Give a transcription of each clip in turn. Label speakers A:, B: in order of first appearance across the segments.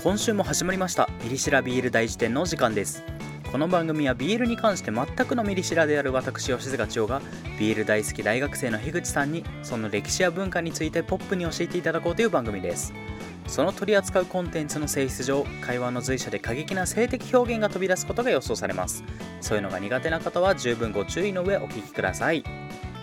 A: 今週も始まりましたミリシラビール大辞典のお時間です。この番組はビールに関して全くのミリシラである私吉塚千代がビール大好き大学生の樋口さんにその歴史や文化についてポップに教えていただこうという番組です。その取り扱うコンテンツの性質上、会話の随所で過激な性的表現が飛び出すことが予想されます。そういうのが苦手な方は十分ご注意の上お聞きください。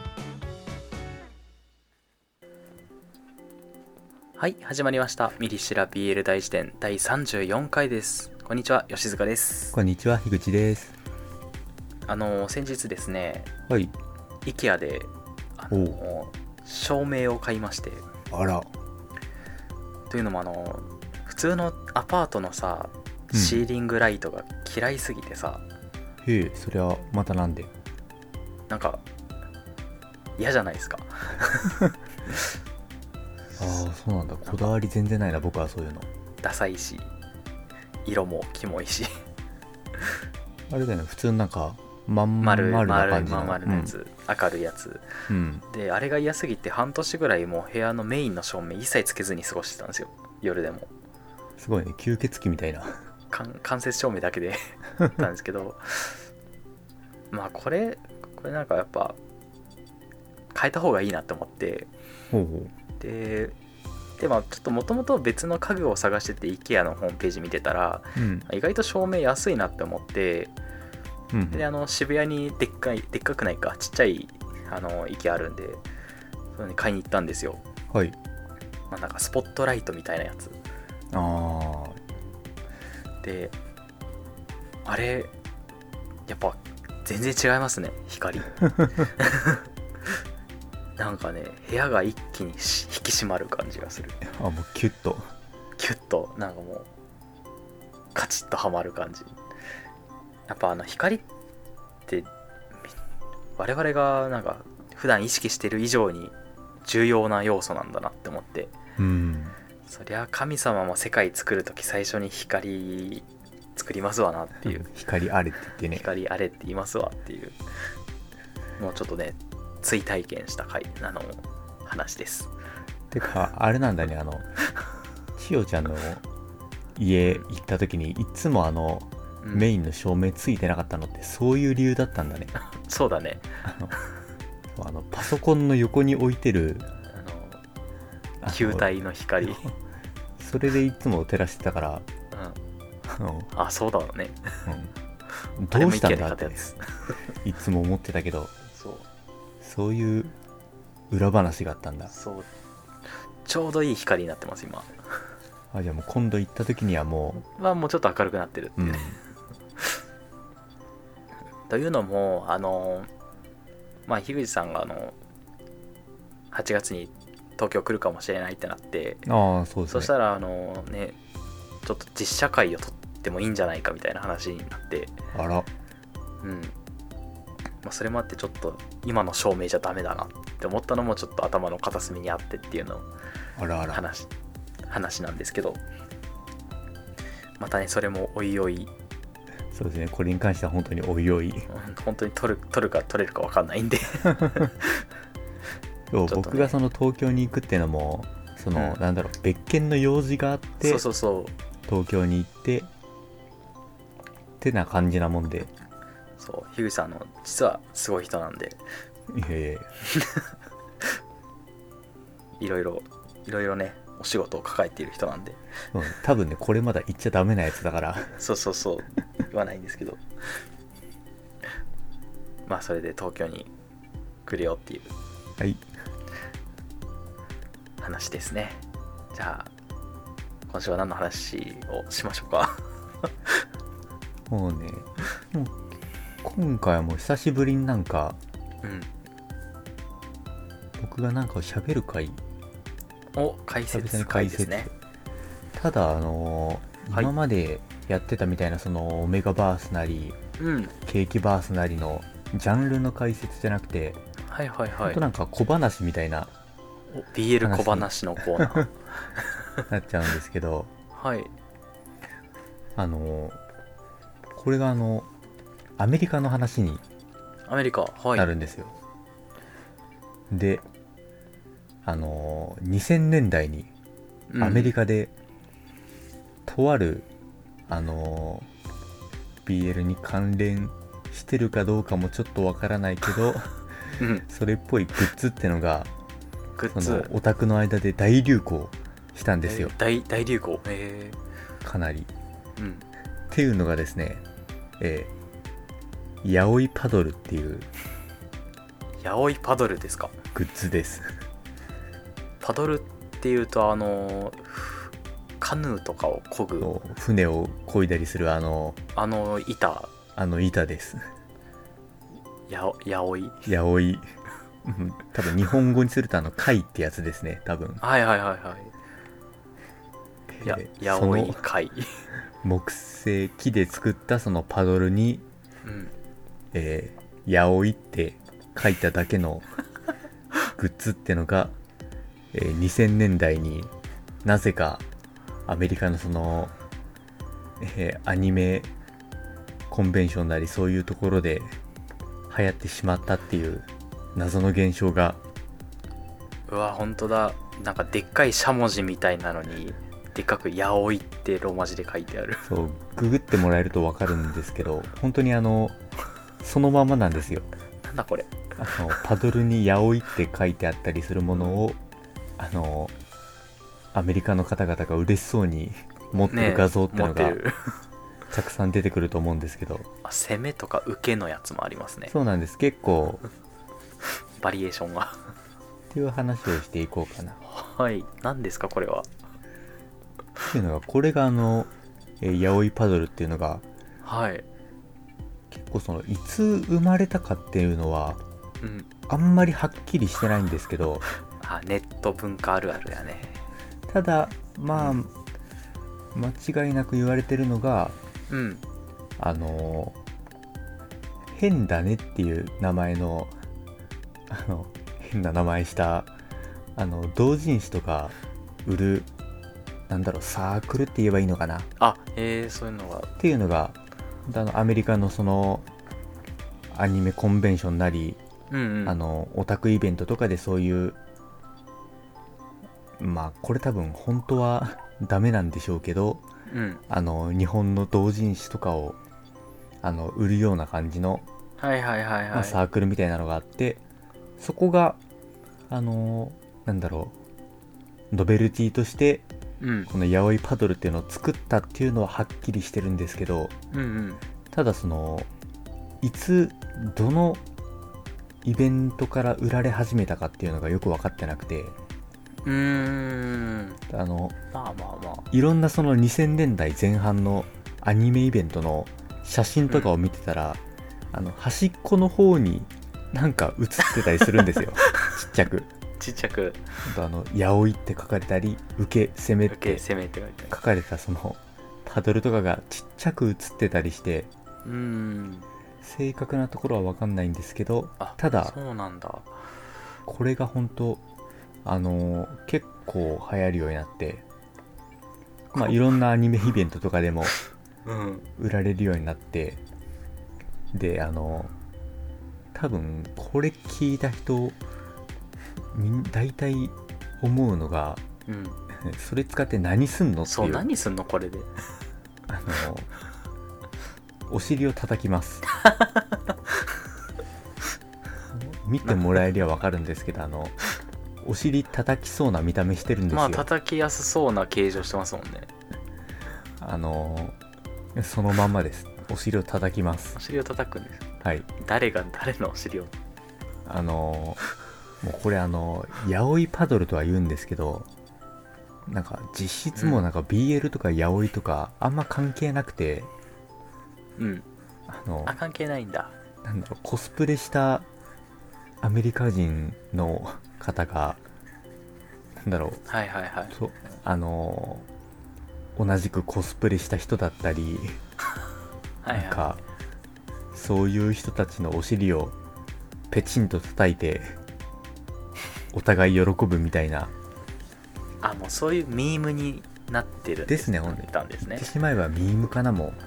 A: はい、始まりましたミリシラビール大辞典第34回です。こんにちは、吉塚です。
B: こんにちは、樋口です。
A: 先日ですね、
B: はい。
A: IKEA で照明を買いまして。
B: あら。
A: というのも普通のアパートのさ、シーリングライトが嫌いすぎてさ、
B: へえ、そりゃまたなんで。
A: なんか嫌じゃないですか。
B: ああ、そうなんだ。こだわり全然ないな、僕はそういうの。
A: ダサいし、色もキモいし。
B: あれだよね、普通のなんかまん丸な感じの
A: 丸のやつ、明るいやつ、であれが嫌すぎて半年ぐらいもう部屋のメインの照明一切つけずに過ごしてたんですよ、夜でも。
B: すごいね、吸血鬼みたいな。
A: 間接照明だけでやったんですけどまあこれなんかやっぱ変えた方がいいなって思って、
B: ほうほ
A: でまあちょっともともと別の家具を探してて IKEA のホームページ見てたら、意外と照明安いなって思って、で渋谷にでっかくないかちっちゃいIKEA あるんで、それに買いに行ったんですよ。
B: はい。
A: まあ、なんかスポットライトみたいなやつで、あれやっぱ全然違いますね、光。なんかね、部屋が一気に引き締まる感じがする。
B: もうキュッと
A: なんかもうカチッとはまる感じ。やっぱ光って我々がなんか普段意識してる以上に重要な要素なんだなって思って、そりゃ神様も世界作るとき最初に光作りますわなっていう、
B: 光あれって言ってね、
A: 光あれって言いますわっていう、もうちょっとね追体験した話です。
B: てかあれなんだね、千代ちゃんの家行った時にいつもメインの照明ついてなかったのってそういう理由だったんだね。
A: そうだね。
B: パソコンの横に置いてる
A: 球体の光、
B: それでいつも照らしてたから、
A: あ、そうだろうね。
B: どうしたんだっていつも思ってたけど、そういう裏話があったんだ。
A: そう、ちょうどいい光になってます今。
B: じゃあもう今度行った時にはもう
A: もうちょっと明るくなってるっていう、というのも樋口さんが8月に東京来るかもしれないってなって、
B: そうですね、
A: そしたらちょっと実写会を撮ってもいいんじゃないかみたいな話になって、
B: あら、
A: それもあってちょっと今の照明じゃダメだなって思ったのもちょっと頭の片隅にあってっていうの話なんですけど、またねそれもおいおい。
B: そうですね、これに関しては本当においおい、
A: 本当に撮るか撮れるか分かんないんで
B: そう、ね、僕がその東京に行くっていうのもなんだろう、別件の用事があって、東京に行ってってな感じなもんで。
A: そう、樋口さん実はすごい人なんで、いろいろねお仕事を抱えている人なんで、
B: 多分ねこれまだ言っちゃダメなやつだから
A: そう言わないんですけど、まあそれで東京に来るよっていう話ですね。じゃあ今週は何の話をしましょうか。
B: もう今回はもう久しぶりになんか、僕がなんかを喋る回、
A: 解説会ですね。
B: ただ今までやってたみたいなそのオメガバースなり、ケーキバースなりのジャンルの解説じゃなくて、ほんとなんか小話みたいな
A: BL 小話のコーナー
B: なっちゃうんですけど、これがアメリカの話になるんですよ。で2000年代にアメリカでとあるBL に関連してるかどうかもちょっとわからないけど、うん、それっぽいグッズってのがそのオタクの間で大流行したんですよ。
A: 大流行、
B: かなり、うん、っていうのがですね、ヤオイパドルっていう
A: ヤオイパドルですか。
B: グッズです。
A: パドルっていうとカヌーとかを漕ぐ
B: 船を漕いだりする板です。
A: ヤオイ
B: 多分日本語にすると貝ってやつですね、多分。
A: はいヤオイ貝
B: 木製木で作ったそのパドルに、ヤオイって書いただけのグッズってのが、2000年代になぜかアメリカのその、アニメコンベンションなりそういうところで流行ってしまったっていう謎の現象が。
A: うわ本当だ、なんかでっかいしゃもじみたいなのにでっかくヤオイってローマ字で書いてある。
B: そうググってもらえると分かるんですけど、本当にそのままなんですよ。
A: なんだこれ。
B: パドルにヤオイって書いてあったりするものをアメリカの方々が嬉しそうに持ってる画像ってのが、たくさん出てくると思うんですけど、
A: 攻めとか受けのやつもありますね。
B: そうなんです、結構
A: バリエーションが
B: っていう話をしていこうかな。
A: はい、何ですかこれは。
B: っていうのが、これがヤオイパドルっていうのが、
A: はい、
B: 結構いつ生まれたかっていうのは、あんまりはっきりしてないんですけど、
A: ネット文化あるあるやね。
B: ただまあ、間違いなく言われてるのが、変だねっていう名前の変な名前した同人誌とか売る、サークルって言えばいいのかな。
A: そういうのが
B: っていうのがアメリカのそのアニメコンベンションなり、オタクイベントとかでそういう、これ多分本当はダメなんでしょうけど、日本の同人誌とかを売るような感じのサークルみたいなのがあって、そこがノベルティとして、このヤオイパドルっていうのを作ったっていうのははっきりしてるんですけど、ただいつどのイベントから売られ始めたかっていうのがよく分かってなくて、いろんなその2000年代前半のアニメイベントの写真とかを見てたら、端っこの方になんか写ってたりするんですよちっちゃくヤオイって書かれたり、受け攻めって書かれたそのパドルとかがちっちゃく写ってたりして、正確なところは分かんないんですけど、ただ
A: そうなんだ、
B: これが本当結構流行るようになって、いろんなアニメイベントとかでも売られるようになって、で多分これ聞いた人大体思うのが、それ使って何すんのっていう。
A: そう、何すんのこれで。
B: お尻を叩きます見てもらえりゃ分かるんですけど、お尻叩きそうな見た目してるんですよ。
A: 叩きやすそうな形状してますもんね。
B: そのまんまです。お尻を叩きます。
A: お尻を叩くんです。
B: はい。
A: 誰が誰のお尻を。
B: もうこれヤオイパドルとは言うんですけど、なんか実質もうなんか BL とかヤオイとかあんま関係なくて、
A: 関係ないんだ。
B: コスプレしたアメリカ人の方が同じくコスプレした人だったりなんかそういう人たちのお尻をペチンと叩いてお互い喜ぶみたいな、
A: もうそういうミームになってるん
B: ですね。本当に言ってしまえばミームかな。も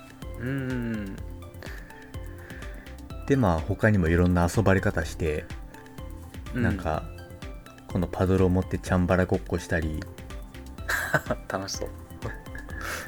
B: で他にもいろんな遊ばれ方して、なんかこのパドルを持ってチャンバラごっこしたり
A: 楽しそう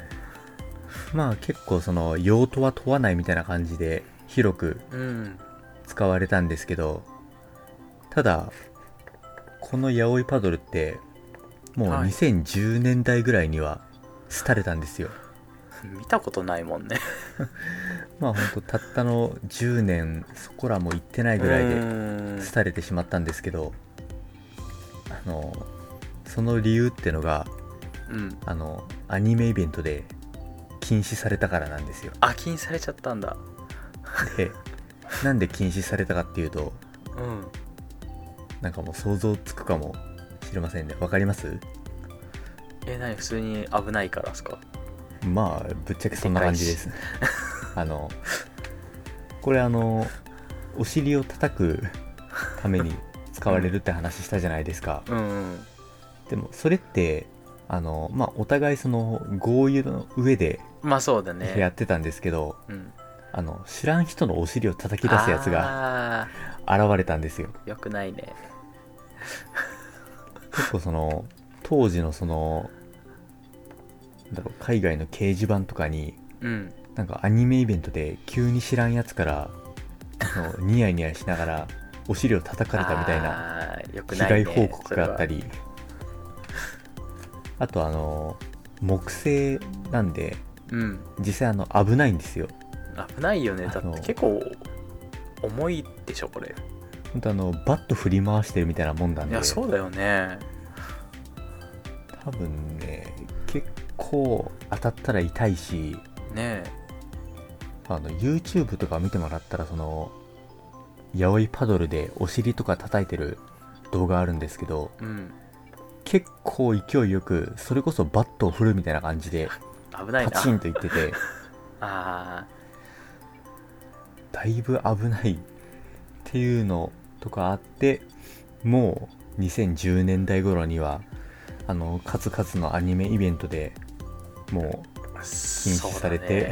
B: まあ結構その用途は問わないみたいな感じで広く使われたんですけど、ただこのヤオイパドルってもう2010年代ぐらいには廃れたんですよ。
A: 見たことないもんね
B: まあほんとたったの10年そこらも行ってないぐらいで廃れてしまったんですけど、その理由ってのが、アニメイベントで禁止されたからなんですよ。
A: あ、禁止されちゃったんだ。
B: で、なんで禁止されたかっていうと、なんかもう想像つくかもしれませんね。わかります？
A: 何、普通に危ないからですか？
B: まあぶっちゃけそんな感じですこれお尻を叩くために使われるって話したじゃないですか。でもそれってまあお互いその合意の上で
A: そうだね
B: やってたんですけど、知らん人のお尻を叩き出すやつが現れたんですよ。
A: よくないね。
B: 結構その当時のその海外の掲示板とかに、なんかアニメイベントで急に知らんやつからニヤニヤしながらお尻を叩かれたみたいな被害報告があったり、あと木製なんで、実際危ないんですよ。
A: 危ないよね。だって結構重いでしょこれ。
B: ほんとバット振り回してるみたいなもんなんで。
A: いやそうだよね。
B: 多分ね結構当たったら痛いし
A: ね。
B: YouTube とか見てもらったらそのヤオイパドルでお尻とか叩いてる動画あるんですけど、結構勢いよくそれこそバットを振るみたいな感じで
A: 危ないな
B: パチンといっててだいぶ危ないっていうのとかあって、もう2010年代頃には数々のアニメイベントでもう禁止されて、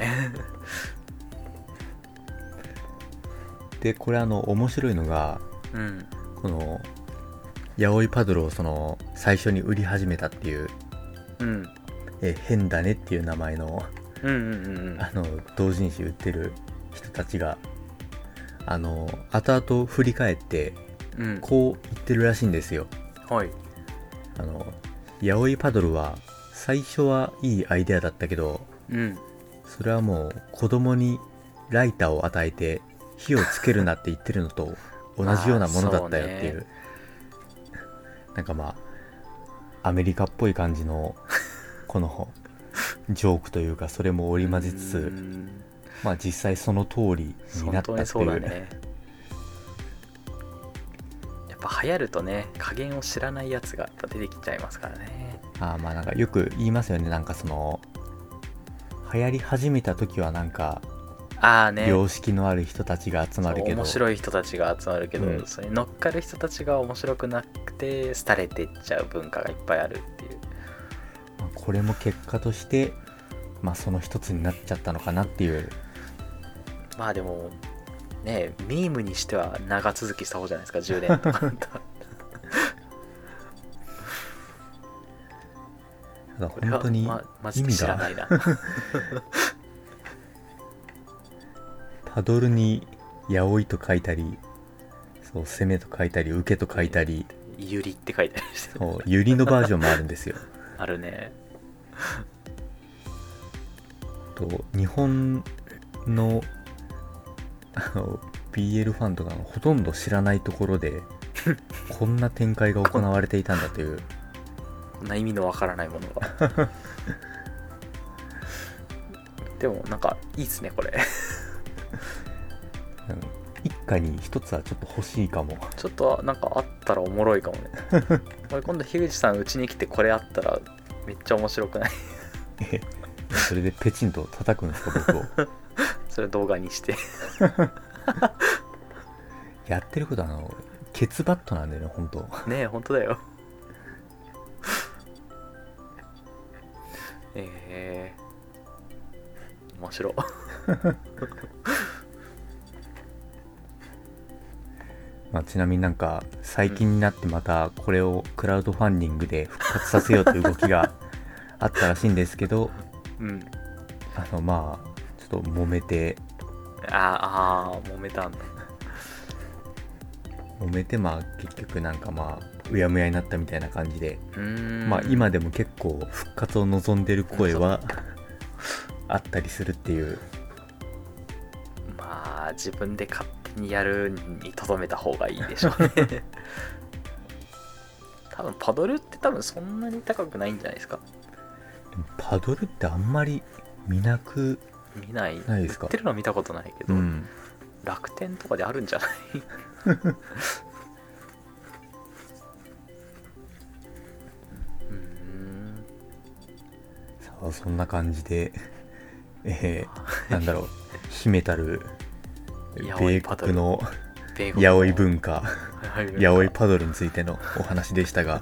B: でこれ面白いのが、このヤオイパドルをその最初に売り始めたっていう、変だねっていう名前の同人誌売ってる人たちが後々振り返って、こう言ってるらしいんですよ。ヤオイパドルは最初はいいアイデアだったけど、それはもう子供にライターを与えて火をつけるなって言ってるのと同じようなものだったよっていう、なんかまあアメリカっぽい感じのこのジョークというか、それも織り交ぜつつ、まあ実際その通りになったっていう。
A: そうだね。やっぱ流行るとね、加減を知らないやつがやっぱ出てきちゃいますからね。
B: まあなんかよく言いますよね。なんかその流行り始めた時はなんか良識のある人たちが集まるけど、
A: 面白い人たちが集まるけど、それに乗っかる人たちが面白くなくて廃れていっちゃう文化がいっぱいあるっていう。
B: これも結果としてまあその一つになっちゃったのかなっていう。
A: まあでもね、ミームにしては長続きした方じゃないですか、10年とか
B: 本当に
A: マジで知らないな
B: パドルにヤオイと書いたり、そう攻めと書いたり受けと書いたり、
A: ユリって書いたりして、
B: そうユリのバージョンもあるんですよ
A: あるね。
B: と日本のBL ファンとかのほとんど知らないところでこんな展開が行われていたんだという
A: こんな意味のわからないものがでもなんかいいっすねこれ
B: 一家に一つはちょっと欲しいかも。
A: ちょっとなんかあったらおもろいかもねこれ今度樋口さん家に来てこれあったらめっちゃ面白くない
B: それでペチンと叩くんですか僕を
A: それ動画にして
B: やってることケツバットなんだよね本当
A: ねえ本当だよ面白
B: まあ、ちなみになんか最近になってまたこれをクラウドファンディングで復活させようという動きがあったらしいんですけど、 まあちょっと揉めて
A: 揉めたんだ。
B: 揉めて結局なんかうやむやになったみたいな感じで、今でも結構復活を望んでる声はあったりするっていう。
A: 自分で勝手にやるにとどめた方がいいでしょうね。多分パドルってそんなに高くないんじゃないですか。
B: でもパドルってあんまり見ないですか。
A: 売ってるのは見たことないけど、楽天とかであるんじゃない？
B: さあそんな感じでなんだろう秘めたる米国のヤオイ文化ヤオイパドルについてのお話でしたが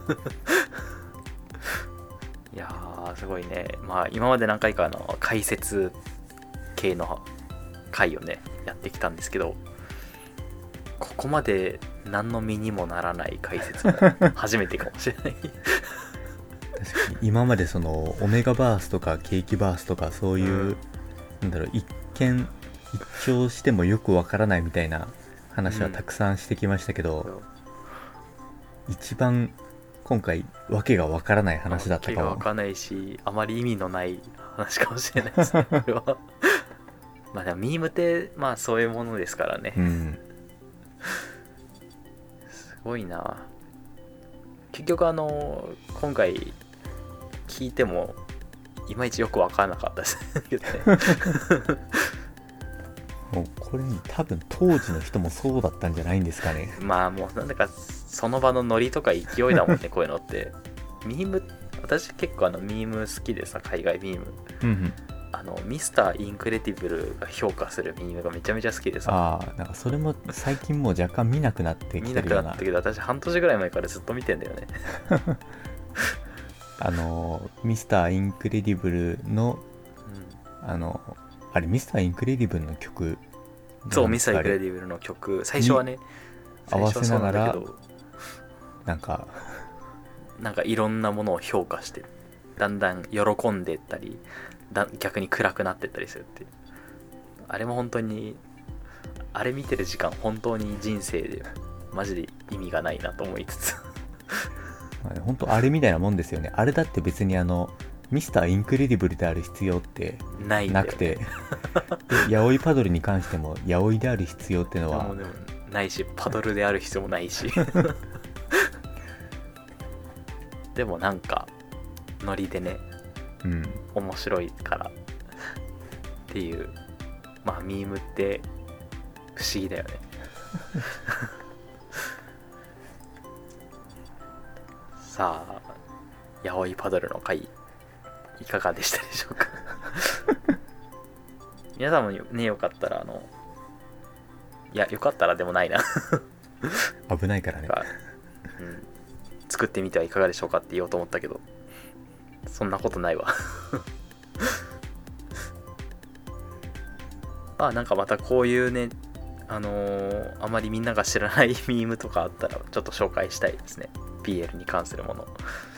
A: いやーすごいね。今まで何回か解説系の回をねやってきたんですけど、ここまで何の身にもならない解説も初めてかもしれない。
B: 確かに今までそのオメガバースとかケーキバースとかそういう、一見一聴してもよくわからないみたいな話はたくさんしてきましたけど、一番今回わけがわからない話だったかも。
A: わけがわからないし、あまり意味のない話かもしれないですね。これはでもミームってそういうものですからね。すごいな。結局今回聞いてもいまいちよく分からなかったですけどね。
B: もうこれ多分当時の人もそうだったんじゃないんですかね。
A: もうなんだかその場のノリとか勢いだもんね。こういうのってミーム、私結構ミーム好きでさ、海外ミーム、ミスターインクレディブルが評価するミームがめちゃめちゃ好きでさ。
B: なんかそれも最近もう若干見なくなってきてるような。
A: 見なくなったけど、私半年ぐらい前からずっと見てんだよね。
B: ミスターインクレディブルの、あれミスターインクレディブルの曲、
A: そうミスターインクレディブルの曲最初はね
B: 合わせながらなんか
A: いろんなものを評価してだんだん喜んでったり逆に暗くなってったりするっていう。あれも本当にあれ見てる時間本当に人生でマジで意味がないなと思いつつ
B: 本当あれみたいなもんですよね。あれだって別にミスターインクレディブルである必要ってなくて、ヤオイパドルに関してもヤオイである必要っていうのは
A: でもないし、パドルである必要もないしでもなんかノリでね、面白いからっていう、ミームって不思議だよねさあヤオイパドルの回いかがでしたでしょうか皆さんもね、よかったらいやよかったらでもないな
B: 危ないからね、
A: 作ってみてはいかがでしょうかって言おうと思ったけどそんなことないわなんかまたこういうねあまりみんなが知らないミームとかあったらちょっと紹介したいですね。 PL に関するもの。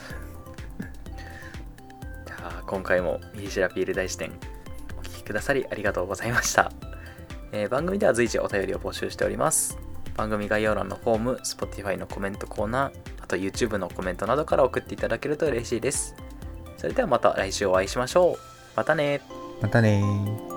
A: じゃあ今回もミリシラ PL 大辞典お聞きくださりありがとうございました。番組では随時お便りを募集しております。番組概要欄のフォーム、 Spotify のコメントコーナー、あと YouTube のコメントなどから送っていただけると嬉しいです。それではまた来週お会いしましょう。またね。
B: またね。